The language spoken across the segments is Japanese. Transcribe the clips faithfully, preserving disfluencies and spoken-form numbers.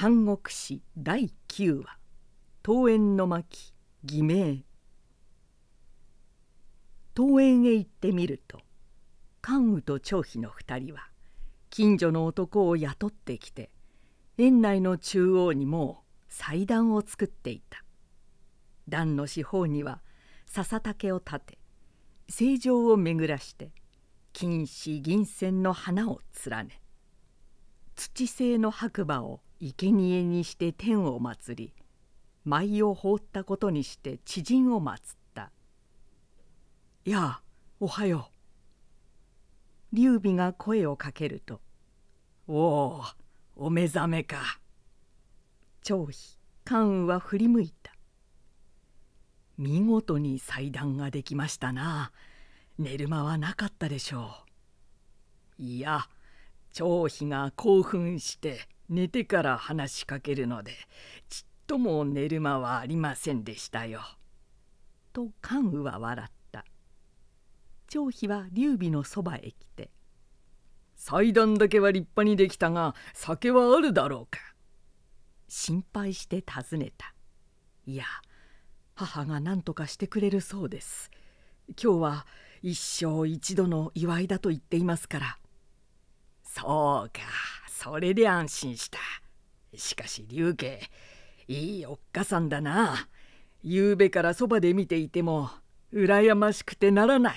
三国志だいきゅうわ桃園の巻偽名。桃園へ行ってみると関羽と張飛の二人は近所の男を雇ってきて園内の中央にもう祭壇を作っていた。壇の四方には笹竹を立て聖場を巡らして金糸銀線の花を連ね土製の白馬を生贄にして天を祀り舞を放ったことにして知人を祀った。「やあおはよう」劉備が声をかけると「おおお目覚めか」。張飛関羽は振り向いた。「見事に祭壇ができましたな。寝る間はなかったでしょう」。いや張飛が興奮して寝てから話しかけるのでちっとも寝る間はありませんでしたよ。と関羽は笑った。張飛は劉備のそばへ来て「祭壇だけは立派にできたが酒はあるだろうか」。心配して尋ねた。いや母が何とかしてくれるそうです。今日は一生一度の祝いだと言っていますから。そうか、それで安心した。しかし劉家いいおっかさんだな。ゆうべからそばで見ていても羨ましくてならない。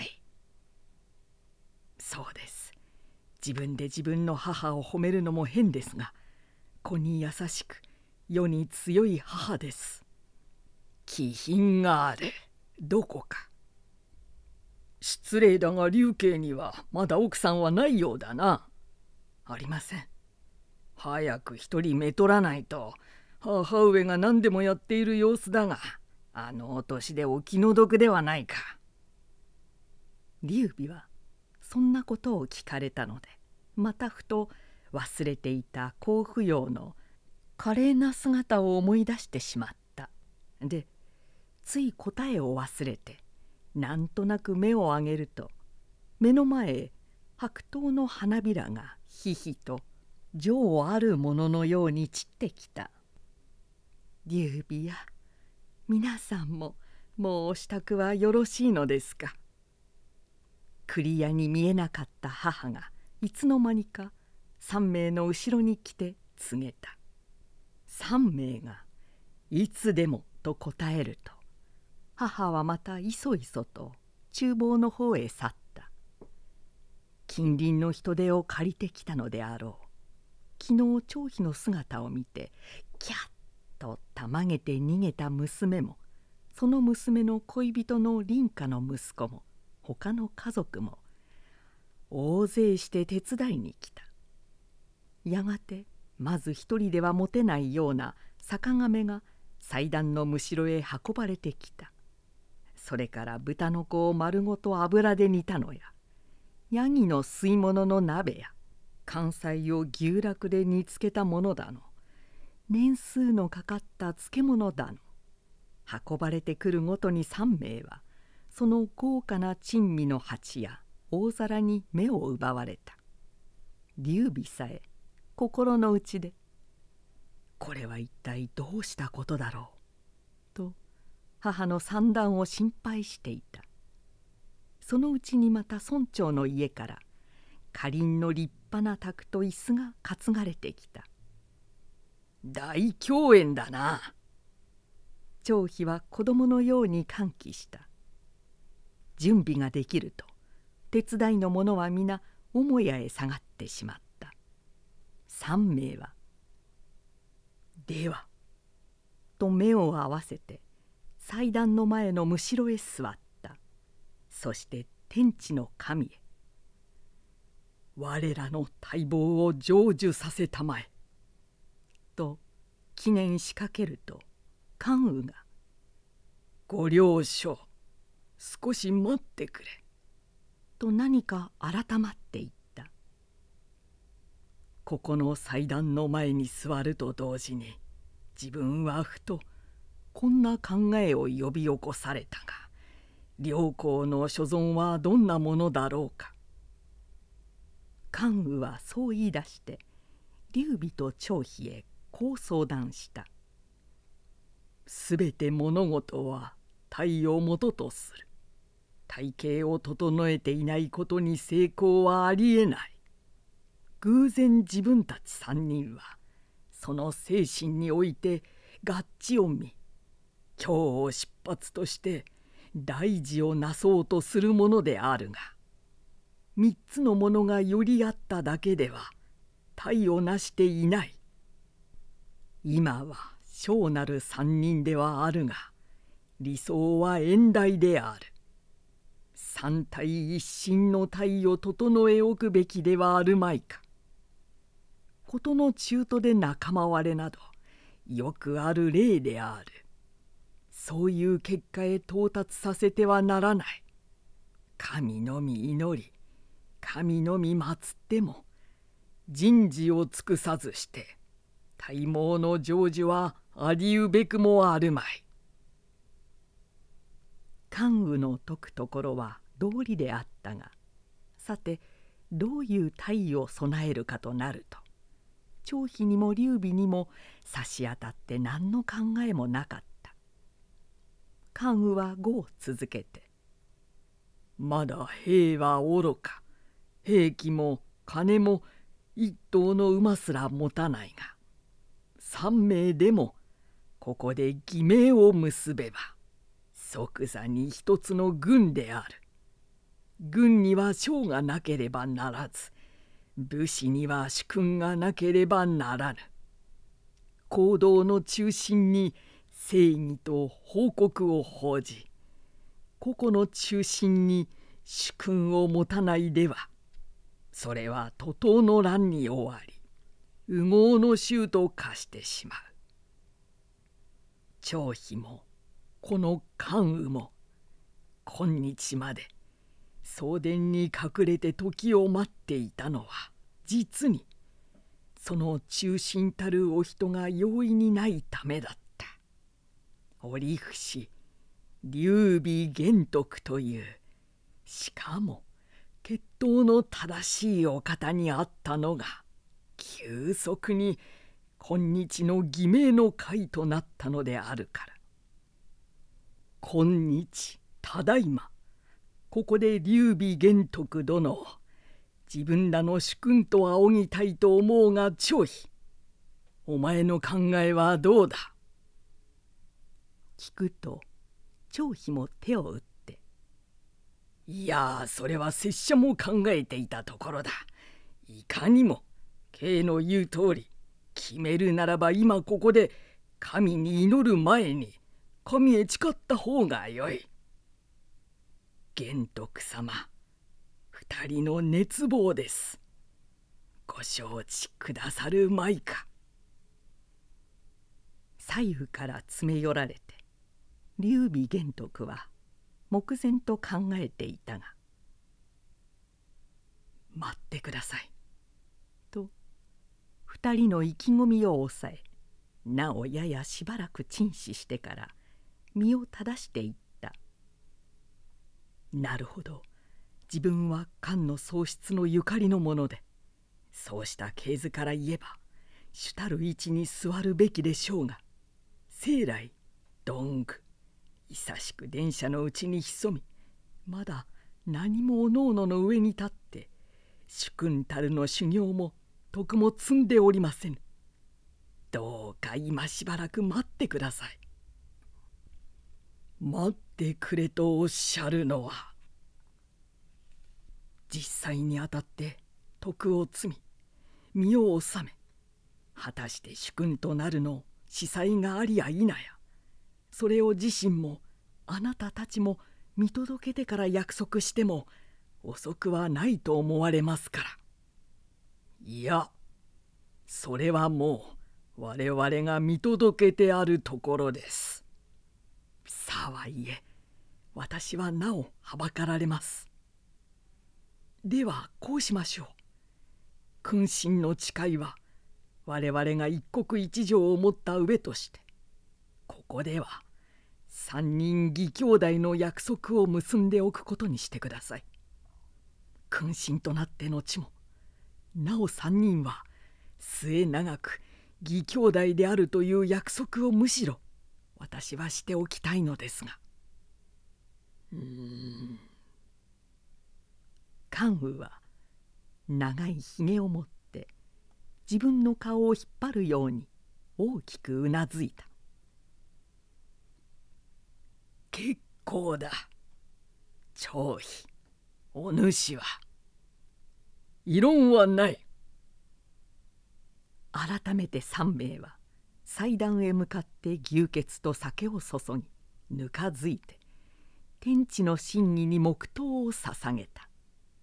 そうです。自分で自分の母を褒めるのも変ですが子に優しく世に強い母です。気品がある。どこか。失礼だが劉家にはまだ奥さんはないようだな。ありません。早く一人めとらないと母上が何でもやっている様子だがあのお年でお気の毒ではないか。劉備はそんなことを聞かれたのでまたふと忘れていた甲府陽の華麗な姿を思い出してしまった。でつい答えを忘れてなんとなく目を上げると目の前へ白桃の花びらがひひと情あるもののように散ってきた。劉備や皆さんももうお支度はよろしいのですか。栗屋に見えなかった母がいつの間にか三名の後ろに来て告げた。三名がいつでもと答えると母はまたいそいそと厨房の方へ去った。近隣の人手を借りてきたのであろう。昨日張飛の姿を見てキャッとたまげて逃げた娘もその娘の恋人の林家の息子も他の家族も大勢して手伝いに来た。やがてまず一人では持てないような酒亀が祭壇のむしろへ運ばれてきた。それから豚の子を丸ごと油で煮たのやヤギの吸い物の鍋や関西を牛酪で煮つけたものだの年数のかかった漬物だの運ばれてくるごとに三名はその豪華な珍味の鉢や大皿に目を奪われた。劉備さえ心の内で「これは一体どうしたことだろう」と母の算段を心配していた。そのうちにまた村長の家から花林の立派な卓と椅子が担がれてきた。大凶宴だな。張飛は子供のように歓喜した。準備ができると手伝いの者は皆母屋へ下がってしまった。三名は「では」と目を合わせて祭壇の前のむしろへ座った。そして天地の神へ「我らの大望を成就させたまえ」と祈念しかけると関羽が「ご了承少し待ってくれ」と何か改まっていった。ここの祭壇の前に座ると同時に自分はふとこんな考えを呼び起こされたが両校の所存はどんなものだろうか。関羽はそう言い出して劉備と張飛へこう相談した。すべて物事は体をもととする。体型を整えていないことに成功はありえない。偶然自分たち三人はその精神において合致を見、今日を出発として大事をなそうとするものであるが、三つのものが寄り合っただけでは体をなしていない。今は小なる三人ではあるが、理想は遠大である。三体一心の体を整えおくべきではあるまいか。ことの中途で仲間割れなどよくある例である。そういう結果へ到達させてはならない。神のみ祈り、神のみ祀っても人事を尽くさずして体毛の成就はありうべくもあるまい。関羽の説くところは道理であったが、さてどういう体を備えるかとなると、張飛にも劉備にも差し当たって何の考えもなかった。関羽は碁を続けて、まだ兵は愚か、兵器も金も一頭の馬すら持たないが、三名でもここで偽名を結べば即座に一つの軍である。軍には将がなければならず、武士には主君がなければならぬ。行動の中心に正義と報告を報じ、個々の中心に主君を持たないでは、それは徒党の乱に終わり、右往の衆と化してしまう。張飛もこの関羽も今日まで送電に隠れて時を待っていたのは、実にその中心たるお人が容易にないためだった。折伏劉備玄徳という、しかも血統の正しいお方にあったのが、急速に今日の偽名の会となったのであるから。今日ただいまここで劉備玄徳殿を自分らの主君と仰ぎたいと思うが、張飛、お前の考えはどうだ。聞くと張飛も手を打って、いや、それは拙者も考えていたところだ。いかにもKの言う通り、決めるならば今ここで神に祈る前に神へ誓った方がよい。玄徳様、二人の熱望です。ご承知くださるまいか。左右から詰め寄られて、劉備玄徳は目前と考えていたが、待ってくださいと二人の意気込みを抑え、なおややしばらく沈思してから身を正していった。なるほど、自分は漢の喪失のゆかりのもので、そうした系図から言えば主たる位置に座るべきでしょうが、生来どんぐ久しく電車のうちに潜み、まだ何もおのおのの上に立って主君たるの修行も徳も積んでおりませぬ。どうか今しばらく待ってください。待ってくれとおっしゃるのは、実際にあたって徳を積み身を治め、果たして主君となるの司祭がありや否や、それを自身もあなたたちも見届けてから約束しても遅くはないと思われますから。いや、それはもう我々が見届けてあるところです。さはいえ、私はなおはばかられます。ではこうしましょう。君臣の誓いは我々が一国一城を持った上として、ここでは三人義兄弟の約束を結んでおくことにしてください。君臣となって後もなお三人は末永く義兄弟であるという約束をむしろ私はしておきたいのですが。うーん。関羽は長いひげを持って自分の顔を引っ張るように大きくうなずいた。結構だ、張飛、お主は。異論はない。改めて三名は祭壇へ向かって牛血と酒を注ぎぬかづいて天地の真偽に黙祷を捧げた。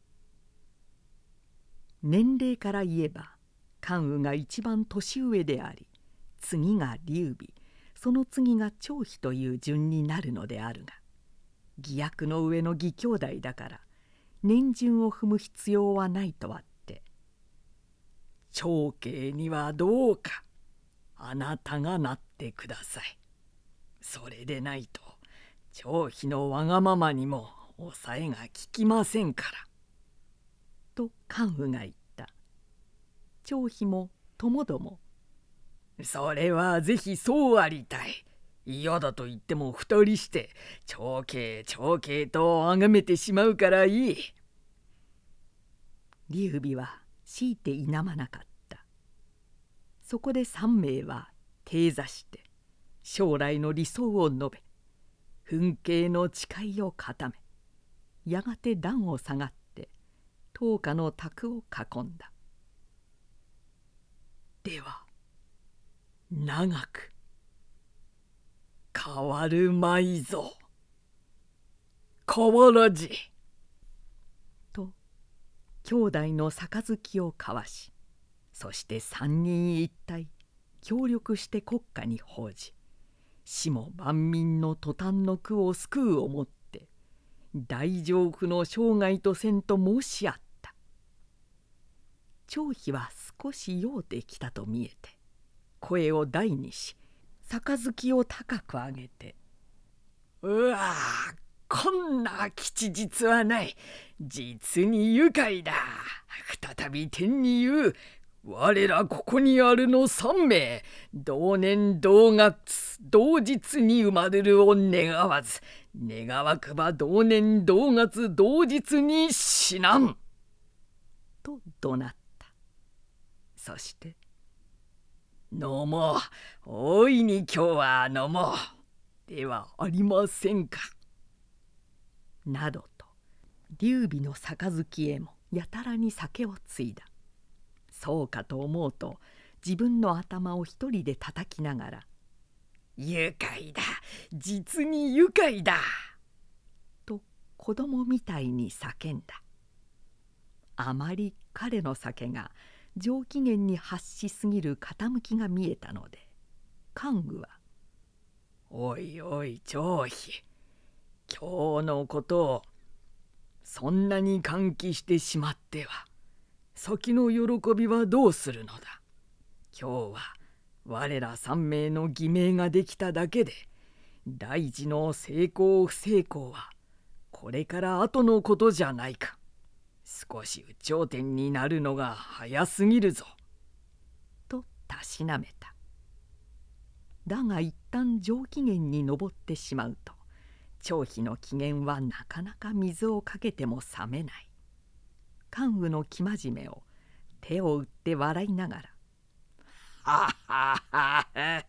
年齢から言えば関羽が一番年上であり、次が劉備、その次が張飛という順になるのであるが、義役の上の義兄弟だから年順を踏む必要はないとあって、長兄にはどうかあなたがなってください。それでないと張飛のわがままにも抑えが効きませんから。と関羽が言った。張飛もともども、それはぜひそうありたい。嫌だと言っても二人して長兄長兄とあがめてしまうからいい。劉備は強いて否まなかった。そこで三名は正座して将来の理想を述べ、憤敬の誓いを固め、やがて壇を下がって灯火の卓を囲んだ。では長く変わるまいぞ、変わらじ。と兄弟の杯を交わし、そして三人一体協力して国家に奉じ、死も万民の塗炭の苦を救うをもって大丈夫の生涯とせんと申し合った。張飛は少し酔うてきたと見えて声を大にし、杯を高く上げて「うわあ、こんな吉日はない。実に愉快だ。再び天に言う。我らここにあるの三名、同年同月同日に生まれるを願わず、願わくば同年同月同日に死なん」と怒鳴った。そして「飲もう、大いに今日は飲もうではありませんか」などと劉備の杯へもやたらに酒をついだ。そうかと思うと自分の頭を一人で叩きながら「愉快だ、実に愉快だ」と子供みたいに叫んだ。あまり彼の酒が上機嫌に発しすぎる傾きが見えたので、関羽は「おいおい張飛、今日のことをそんなに喚起してしまっては先の喜びはどうするのだ。今日は我ら三名の偽名ができただけで、大事の成功不成功はこれから後のことじゃないか。少し有頂天になるのが早すぎるぞ」とたしなめた。だが一旦上機嫌に上ってしまうと張飛の機嫌はなかなか水をかけても冷めない。関羽の生真面目を手を打って笑いながら「はははは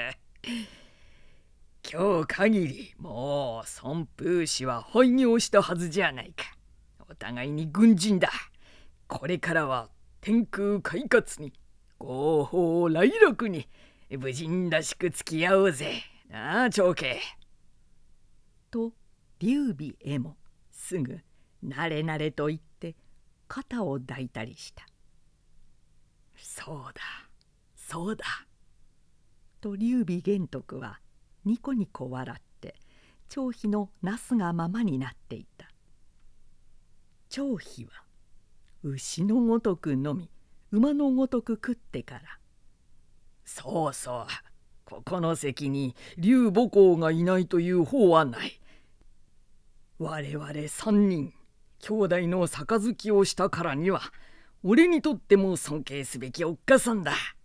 今日限りもう孫風氏は廃業したはずじゃないか。お互いに軍人だ。これからは天空快活に合法来楽に武人らしく付き合おうぜなあ長兄」と劉備へもすぐ「なれなれ」と言って肩を抱いたりした。「そうだそうだ」と劉備玄徳はニコニコ笑って張飛のなすがままになっていた。張飛は牛のごとく飲み馬のごとく食ってから「そうそう、ここの席に劉母公がいないという方はない。我々三人兄弟の杯をしたからには俺にとっても尊敬すべきおっかさんだ。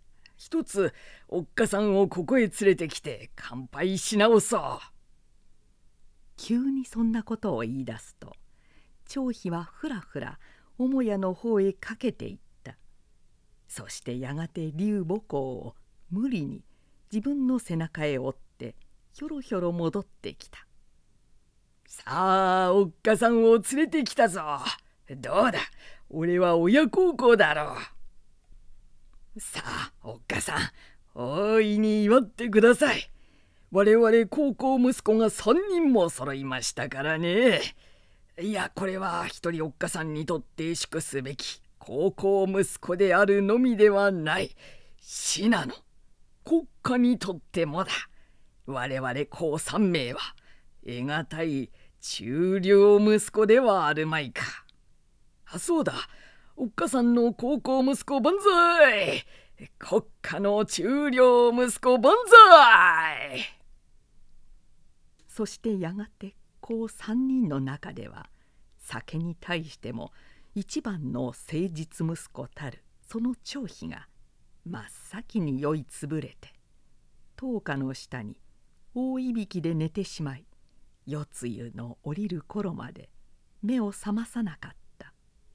一つおっかさんをここへ連れてきて乾杯し直そう。急にそんなことを言い出すと、張飛はふらふら母屋の方へかけていった。そしてやがて劉母公を無理に自分の背中へ追ってひょろひょろ戻ってきた。さあおっかさんを連れてきたぞ。どうだ、俺は親孝行だろう。さあおっかさん、大いに祝ってください。我々孝行息子がさんにんも揃いましたからね。いや、これは一人おっかさんにとって祝すべき孝行息子であるのみではない、信濃国家にとってもだ。我々公三名は得難い忠良息子ではあるまいか。あ、そうだ、おっかさんの孝行息子万歳、国家の忠良息子万歳。そしてやがて公三人の中では、酒に対しても一番の誠実息子たるその張飛が真っ先に酔いつぶれて、灯火の下に大いびきで寝てしまい、夜露の降りる頃まで目を覚まさなかった。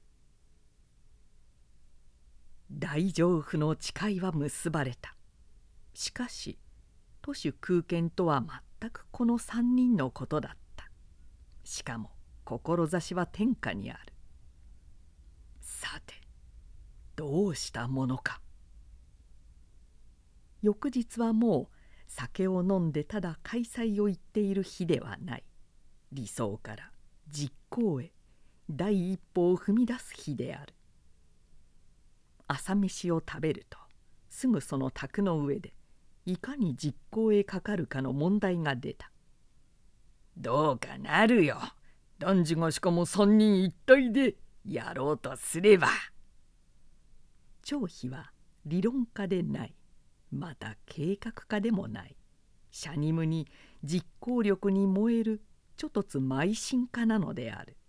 大丈夫の誓いは結ばれた。しかし徒手空拳とは全くこの三人のことだった。しかも志は天下にある。さてどうしたものか。翌日はもう酒を飲んでただ開催を言っている日ではない。理想から実行へ第一歩を踏み出す日である。朝飯を食べるとすぐその卓の上でいかに実行へかかるかの問題が出た。どうかなるよ。男児がしかも三人一体でやろうとすれば。張飛は理論家でない、また計画家でもない、シャニムに実行力に燃えるちょとつ邁進家なのである。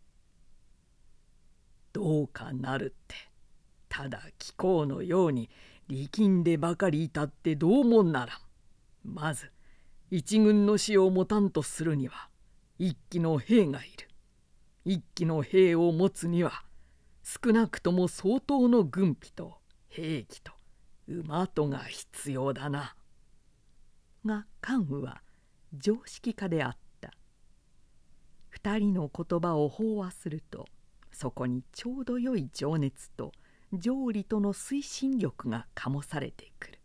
どうかなるって、ただ貴公のように力んでばかりいたってどうもならん。まず一軍の死を持たんとするには一騎の兵がいる。一騎の兵を持つには少なくとも相当の軍費と兵器と馬とが必要だな。が関羽は常識家であった。二人の言葉を飽和すると、そこにちょうどよい情熱と条理との推進力が醸されてくる。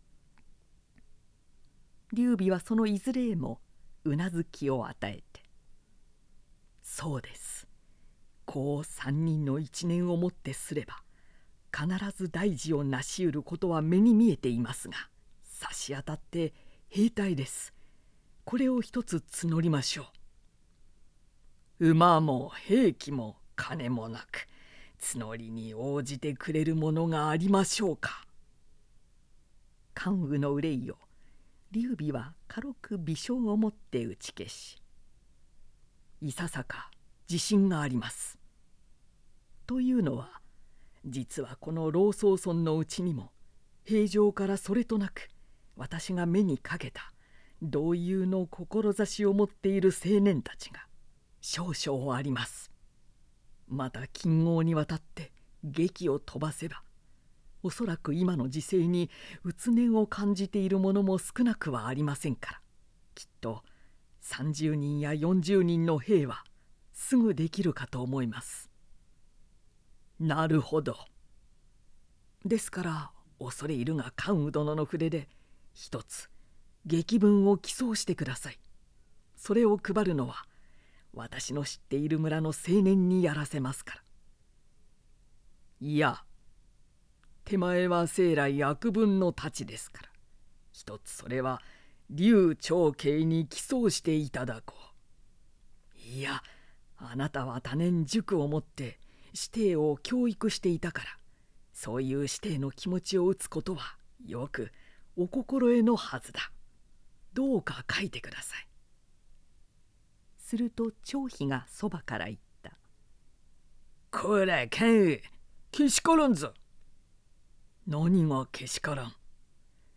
劉備はそのいずれへもうなずきを与えて、そうです、こう三人の一念をもってすれば必ず大事を成し得ることは目に見えていますが、差し当たって兵隊です。これを一つ募りましょう。馬も兵器も金もなく、募りに応じてくれるものがありましょうか。関羽の憂いを劉備は軽く微笑をもって打ち消し、いささか自信があります。というのは、実はこの老宗村のうちにも平常からそれとなく私が目にかけた同友の志を持っている青年たちが少々あります。また近郷に渡って檄を飛ばせば、おそらく今の時勢に鬱念を感じている者も少なくはありませんから、きっとさんじゅうにんやよんじゅうにんの兵はすぐできるかと思います。なるほど。ですから恐れ入るが関羽殿の筆で一つ檄文を起草してください。それを配るのは私の知っている村の青年にやらせますから。いや、手前は生来悪文の太刀ですから、一つそれは劉長慶に起草していただこう。いや、あなたは多年塾をもって師弟を教育していたから、そういう師弟の気持ちを打つことはよくお心得のはずだ。どうか書いてください。すると張飛がそばから言った。こら関羽、けしからんぞ。何がけしからん。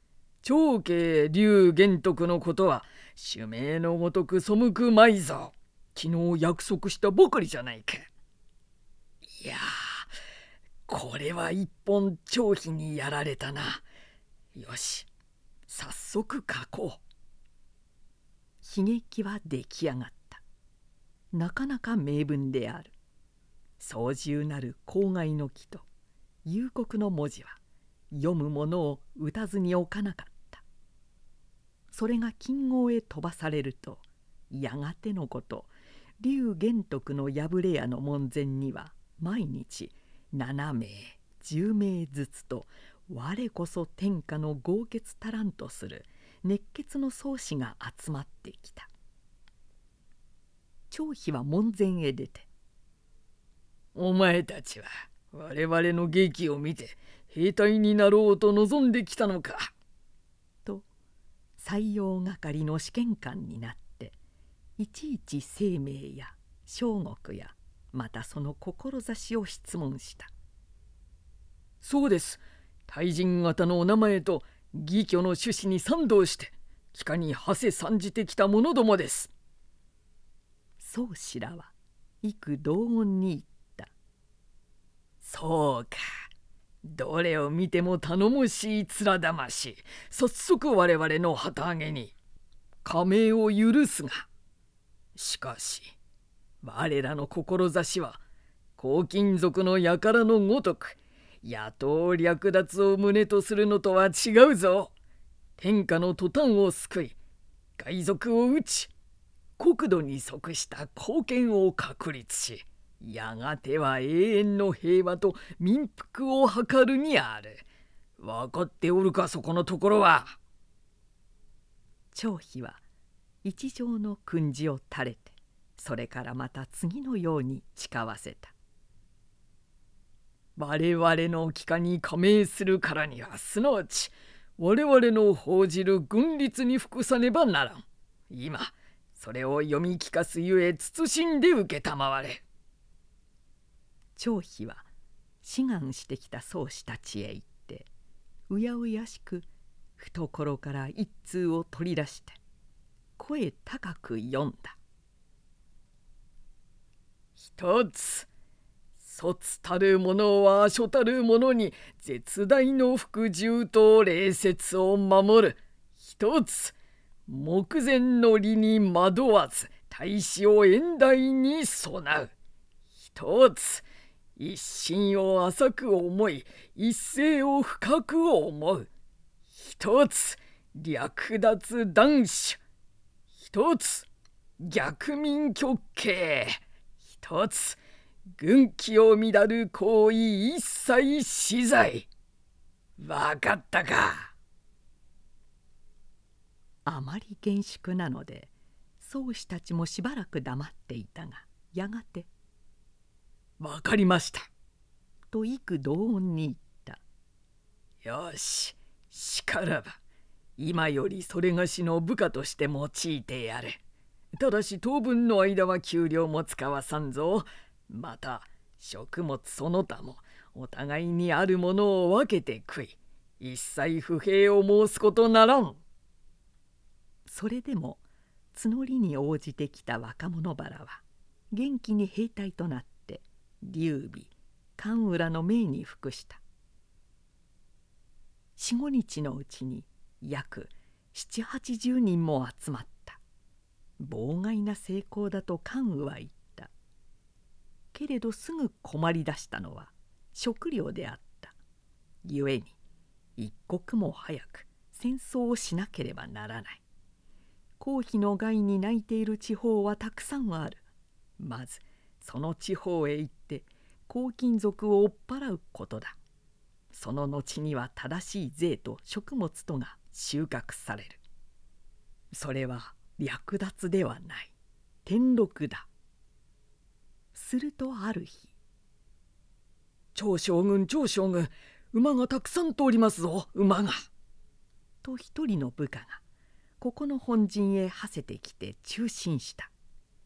長家龍玄徳のことは主命のごとく背くまいぞ。昨日約束したばかりじゃないか。いやー、これは一本張飛にやられたな。よし、早速書こう。悲劇は出来上がった。なかなか名文である。壮重なる口外の木と幽谷の文字は読むものを打たずに置かなかった。それが金剛へ飛ばされると、やがてのこと龍玄徳の破れ屋の門前には毎日ななめいじゅうめいずつと、我こそ天下の豪傑たらんとする熱血の宗師が集まってきた。張飛は門前へ出て、お前たちは我々の劇を見て兵隊になろうと望んできたのか。と採用係の試験官になっていちいち生命や小国やまたその志を質問した。そうです。大人方のお名前と義挙の趣旨に賛同して帰化に馳せ参じてきた者どもです。宗師らは幾同音に言った。そうか、どれを見ても頼もしい面魂。早速我々の旗揚げに加盟を許すが、しかし我らの志は黄金族の輩のごとく野党略奪を旨とするのとは違うぞ。天下の塗炭を救い、海賊を討ち、国土に即した貢献を確立し、やがては永遠の平和と民服を図るにある。分かっておるか、そこのところは。張飛は一条の訓示を垂れて、それからまた次のように誓わせた。我々の帰化に加盟するからには、すなわち我々の報じる軍律に服さねばならん。今それを読み聞かすゆえ謹んで承れ。張飛は志願してきた宗師たちへ行って、うやうやしく懐から一通を取り出して声高く読んだ。一つ、卒たる者は書たる者に絶大の服従と礼節を守る。一つ、目前の利に惑わず大志を遠大に備う。一つ、一心を浅く思い一世を深く思う。一つ、略奪断種。一つ、逆民極刑。一つ、軍紀を乱る行為一切死罪。わかったか。あまり厳粛なので宗師たちもしばらく黙っていたが、やがて「わかりました」と幾同音に言った。よし、しからば今よりそれがしの部下として用いてやれ。ただし当分の間は給料も使わさんぞ。また食物その他もお互いにあるものを分けて食い、一切不平を申すことならん。それでも募りに応じてきた若者原は元気に兵隊となって劉備関浦の命に服した。四五日のうちに約七八十人も集まった。妨害な成功だと関羽は言った。けれどすぐ困り出したのは食料であった。ゆえに一刻も早く戦争をしなければならない。公費の害に泣いている地方はたくさんある。まずその地方へ行って黄金族を追っ払うことだ。その後には正しい税と食物とが収穫される。それは略奪ではない、天禄だ。するとある日、長将軍長将軍、馬がたくさん通りますぞ、馬が。と一人の部下がここの本陣へ馳せてきて中進した。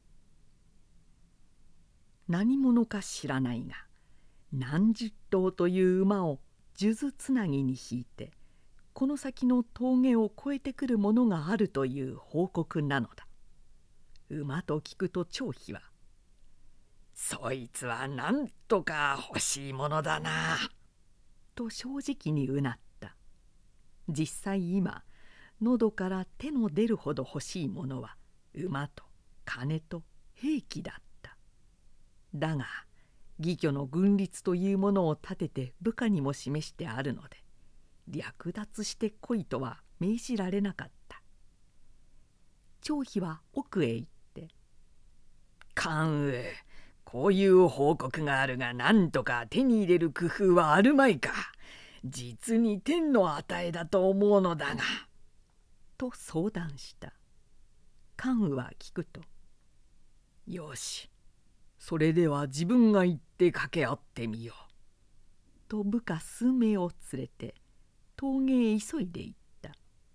何者か知らないが何十頭という馬を数珠つなぎに引いてこの先の峠を越えてくるものがあるという報告なのだ。馬と聞くと張飛は「そいつはなんとか欲しいものだな」と正直にうなった。実際今喉から手の出るほど欲しいものは馬と金と兵器だった。だが義挙の軍律というものを立てて部下にも示してあるので略奪してこいとは命じられなかった。張飛は奥へ行って「関羽、こういう報告があるが何とか手に入れる工夫はあるまいか。実に天の与えだと思うのだが」と相談した。関羽は聞くと「よし、それでは自分が行って掛け合ってみよう」と部下数名を連れて峠へ急いで行った。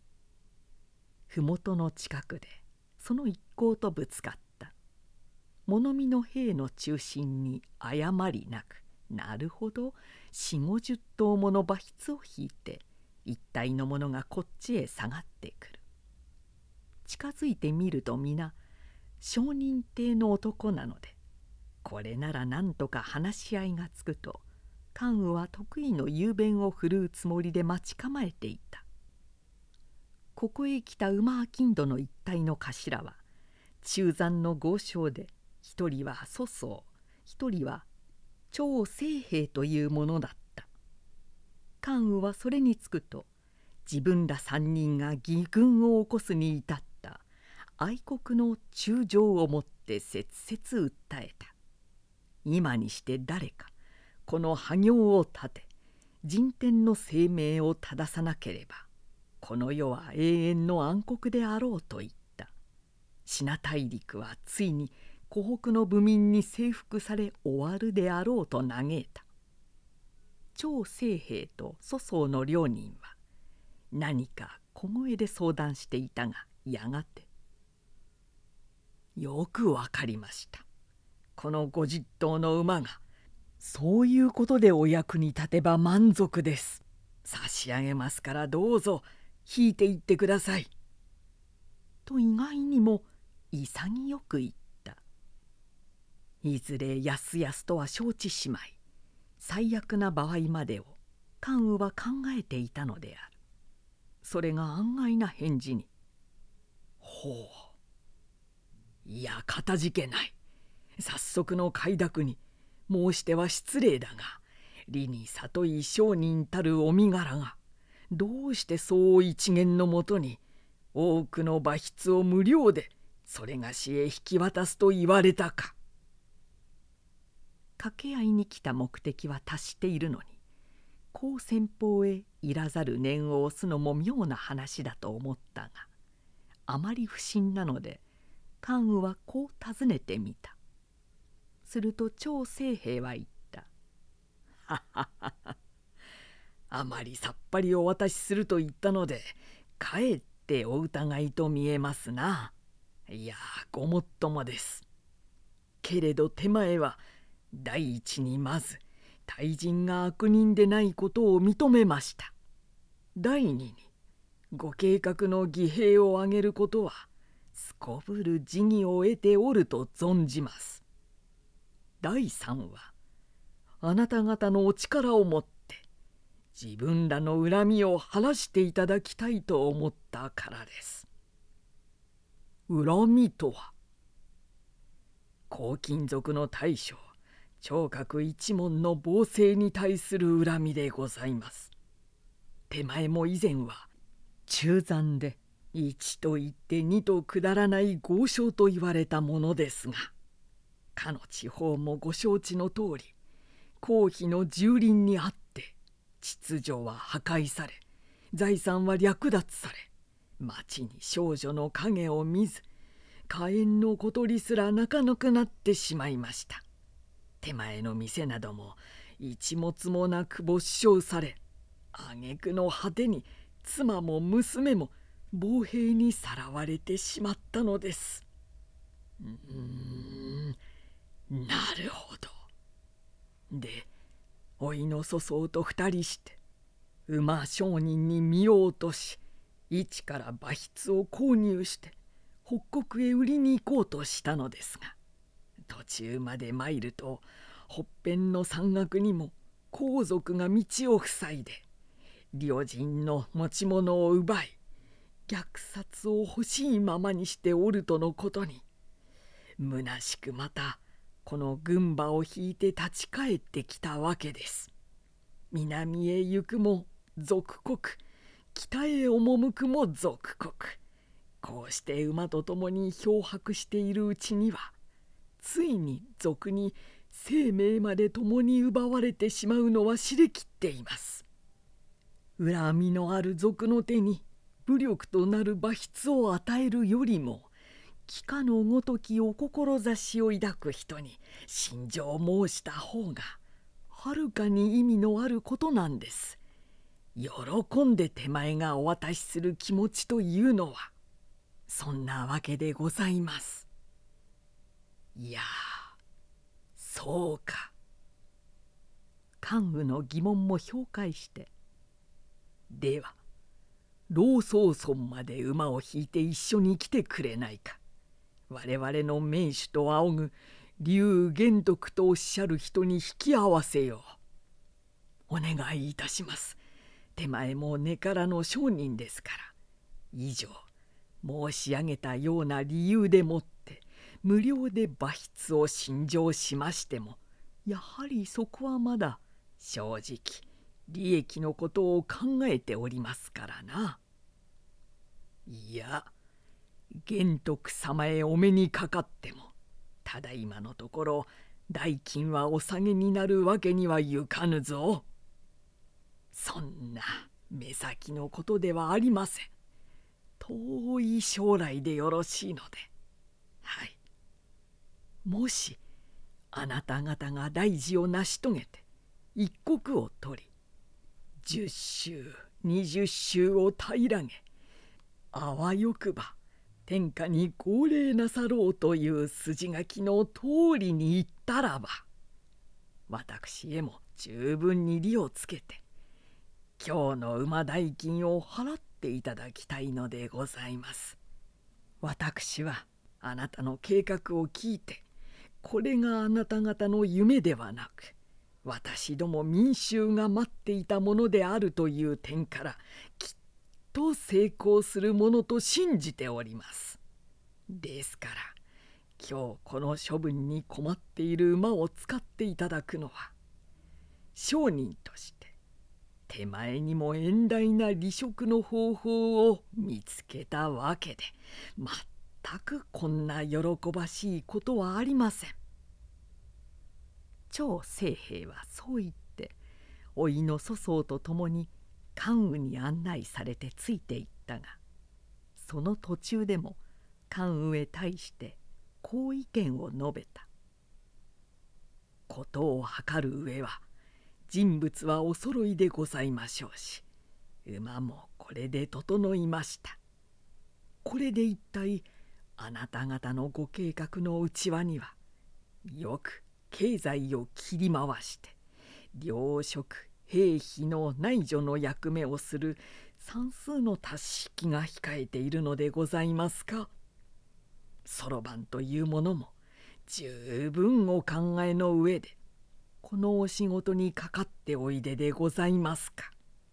麓の近くでその一行とぶつかった。物見の兵の中心に誤りなく、なるほど四五十頭もの馬筆を引いて一体の者がこっちへ下がってくる。近づいてみると皆商人邸の男なので、これならなんとか話し合いがつくと関羽は得意の雄弁を振るうつもりで待ち構えていた。ここへ来た馬商人の一帯の頭は中山の豪商で、一人は粗相、一人は張清兵というものだった。関羽はそれにつくと自分ら三人が義軍を起こすに至った愛国の忠情をもって切々訴えた。今にして誰かこの破行を立て人天の生命を正さなければこの世は永遠の暗黒であろうと言った。支那大陸はついに湖北の部民に征服され終わるであろうと嘆いた。張清兵と粗相の両人は何か小声で相談していたが、やがて「よくわかりました。このごじゅっ頭の馬がそういうことでお役に立てば満足です。差し上げますからどうぞ引いていってください」と意外にも潔く言った。いずれやすやすとは承知しまい、最悪な場合までを関羽は考えていたのである。それが案外な返事に「ほう、いやかたじけない。早速の快諾に申しては失礼だが、理に里い商人たるお身柄がどうしてそう一見のもとに多くの馬筆を無料でそれがしへ引き渡すと言われたか。掛け合いに来た目的は達しているのに、こう先方へいらざる念を押すのも妙な話だと思ったが、あまり不審なので関羽はこう尋ねてみた。すると張清兵は言った「はははは、あまりさっぱりお渡しすると言ったのでかえってお疑いと見えますな。いやごもっともです。けれど手前は第一にまず大人が悪人でないことを認めました。第二にご計画の義兵を挙げることはすこぶる時宜を得ておると存じます。第三はあなた方のお力をもって自分らの恨みを晴らしていただきたいと思ったからです。恨みとは黄金族の大将聴覚一門の暴政に対する恨みでございます。手前も以前は中山で一と言って二と下らない豪商と言われたものですが、かの地方もご承知の通り公費の蹂躙にあって秩序は破壊され財産は略奪され、町に少女の影を見ず火炎の小鳥すら鳴かなくなってしまいました。手前の店なども一物もなく没収され、挙句の果てに妻も娘も暴兵にさらわれてしまったのです。うーん、なるほど。でおいの粗相と二人して馬商人に身を落とし、一から馬筆を購入して北国へ売りに行こうとしたのですが、途中まで参ると北辺の山岳にも皇族が道を塞いで旅人の持ち物を奪い、虐殺を欲しいままにしておるとのことに、虚しくまたこの軍馬を引いて立ち返ってきたわけです。南へ行くも属国、北へ赴くも属国、こうして馬と共に漂泊しているうちには、ついに賊に生命まで共に奪われてしまうのは知れきっています。恨みのある賊の手に武力となる馬筆を与えるよりも、幾何のごときお志を抱く人に心情を申した方がはるかに意味のあることなんです。喜んで手前がお渡しする気持ちというのはそんなわけでございます。いや、そうか。関羽の疑問も評価して、では老宗村まで馬を引いて一緒に来てくれないか。我々の名手と仰ぐ劉玄徳とおっしゃる人に引き合わせよう。お願いいたします。手前も根からの商人ですから、以上申し上げたような理由でもって無料で馬筆を信条しましても、やはりそこはまだ正直利益のことを考えておりますからな。いや、玄徳様へお目にかかっても、ただいまのところ代金はお下げになるわけにはいかぬぞ。そんな目先のことではありません。遠い将来でよろしいので、はい。もしあなた方が大事を成し遂げて一国を取り、十州二十州を平らげ、あわよくば天下に号令なさろうという筋書きの通りに言ったらば、私へも十分に利をつけて今日の馬代金を払っていただきたいのでございます。私はあなたの計画を聞いて、これがあなた方の夢ではなく、私ども民衆が待っていたものであるという点からきっと成功するものと信じております。ですから今日この処分に困っている馬を使っていただくのは、商人として手前にも遠大な利息の方法を見つけたわけで、全くこんな喜ばしいことはありません。張清兵はそう言って甥いの粗相と共に関羽に案内されてついていったが、その途中でも関羽へ対してこう意見を述べた。ことを図る上は人物はおそろいでございましょうし、馬もこれで整いました。これで一体あなた方のご計画の内輪には、よく経済を切り回して領職兵費の内助の役目をする算数の足し引きが控えているのでございますか。そろばんというものも十分お考えの上でこのお仕事にかかっておいででございますか。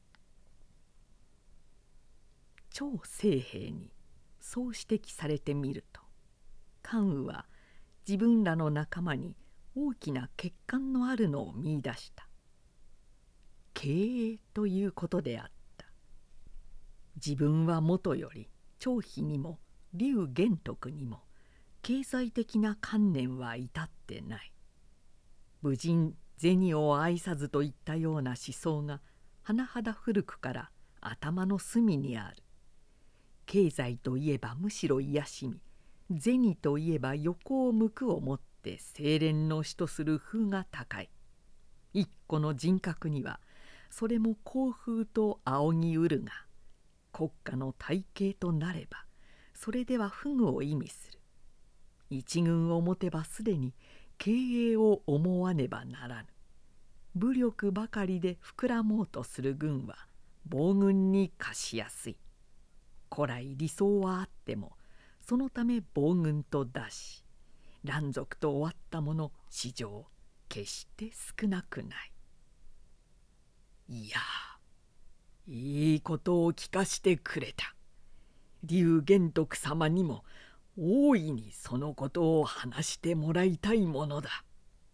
張清兵にそう指摘されてみると、関羽は自分らの仲間に大きな欠陥のあるのを見いだした。経営ということであった。自分はもとより張飛にも劉玄徳にも経済的な観念は至ってない。武人銭を愛さずといったような思想が甚だ古くから頭の隅にある。経済といえばむしろ癒しみ、銭といえば横を向くをもって清廉の師とする風が高い。一個の人格にはそれも幸風と仰ぎうるが、国家の体系となればそれでは不具を意味する。一軍を持てばすでに経営を思わねばならぬ。武力ばかりで膨らもうとする軍は暴君に貸しやすい。古来理想はあってもそのため暴君と出し、乱族と終わったもの史上決して少なくない。いや、いいことを聞かしてくれた。劉玄徳様にも大いにそのことを話してもらいたいものだ。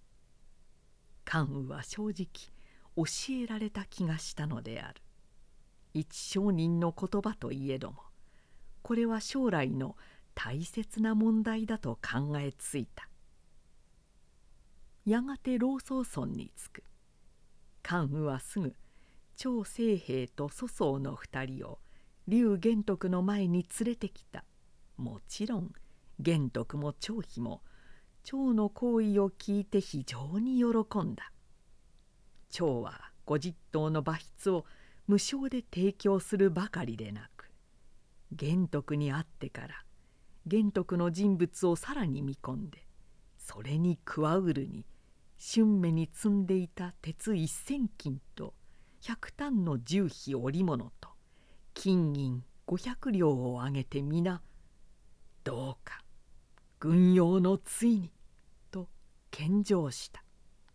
関羽は正直教えられた気がしたのである。一商人の言葉といえども、これは将来の大切な問題だと考えついた。やがて老宗村に着く。関羽はすぐ張清平と粗相の二人を劉玄徳の前に連れてきた。もちろん玄徳も張飛も張の行為を聞いて非常に喜んだ。張はごじゅっ頭の馬筆を無償で提供するばかりでなく、玄徳に会ってから玄徳の人物をさらに見込んで、それに加うるに春目に積んでいた鉄一千斤と百単の重費織物と金銀五百両をあげて皆、どうか軍用のついにと献上した。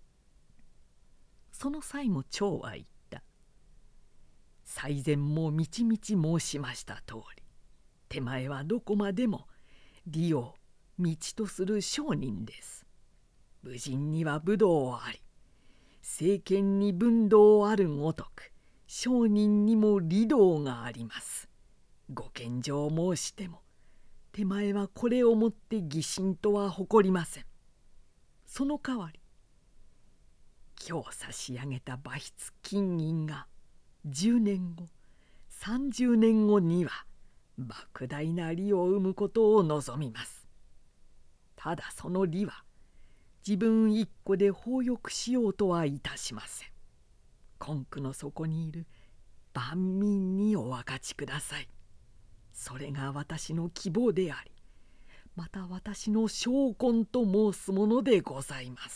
その際も張は言った。最前もみちみち申しました通り、手前はどこまでも利を道とする商人です。武人には武道あり、政権に分道あるごとく商人にも利道があります。ご献上申しても手前はこれをもって疑心とは誇りません。その代わり今日差し上げた馬筆金銀がじゅうねんごさんじゅうねんごには莫大な利を生むことを望みます。ただその利は自分一個で放翼しようとはいたしません。根躯の底にいる万民にお分かちください。それが私の希望であり、また私の証根と申すものでございます。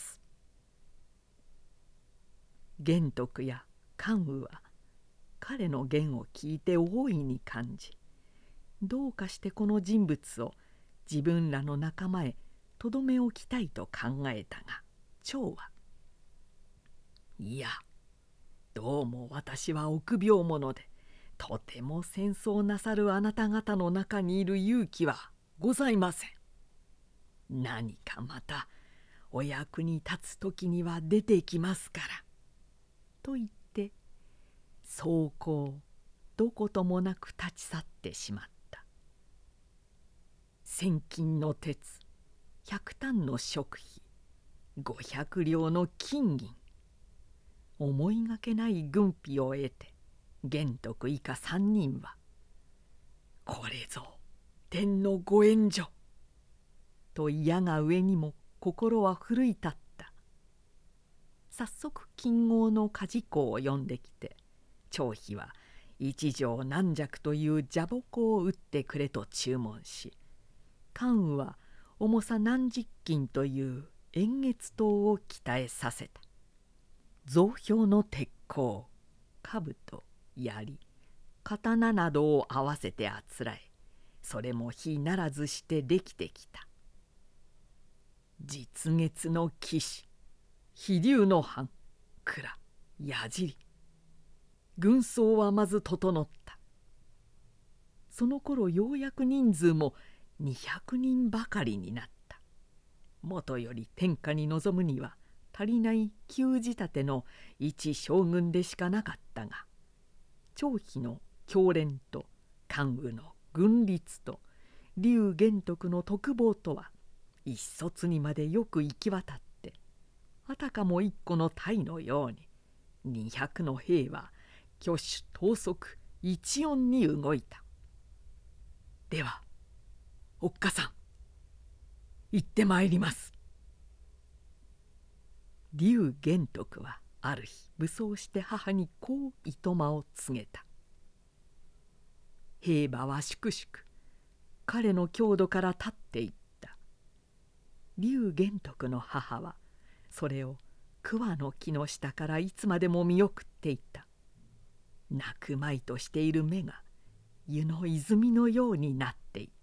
玄徳や関羽は彼の言を聞いて大いに感じ、どうかしてこの人物を自分らの仲間へとどめ置きたいと考えたが、張は「いや、どうも私は臆病者で、とても戦争なさるあなた方の中にいる勇気はございません。何かまたお役に立つ時には出てきますから」と言って走行どこともなく立ち去ってしまった。千金の鉄、百単の食費、五百両の金銀、思いがけない軍費を得て玄徳以下三人は「これぞ天のご援助」と嫌が上にも心は奮い立った。早速金剛の梶公を呼んできて、張飛は一条軟弱という蛇鉾を打ってくれと注文し、関羽は重さ何十斤という円月刀を鍛えさせた。増兵の鉄鋼、兜、槍、刀などを合わせてあつらえ、それも非ならずしてできてきた。実月の騎士、飛龍の藩、蔵、矢尻、軍装はまず整った。その頃ようやく人数もにひゃくにんばかりになった。もとより天下に臨むには足りない旧仕立ての一将軍でしかなかったが、張飛の強練と関羽の軍律と劉玄徳の徳謀とは一卒にまでよく行き渡って、あたかも一個の隊のようににひゃくの兵は挙手投足一音に動いた。ではおっかさん、行ってまいります。劉玄徳はある日武装して母にこういとまを告げた。兵馬は粛々彼の郷土から立っていった。劉玄徳の母はそれを桑の木の下からいつまでも見送っていた。 泣くまいとしている目が湯の泉のようになってい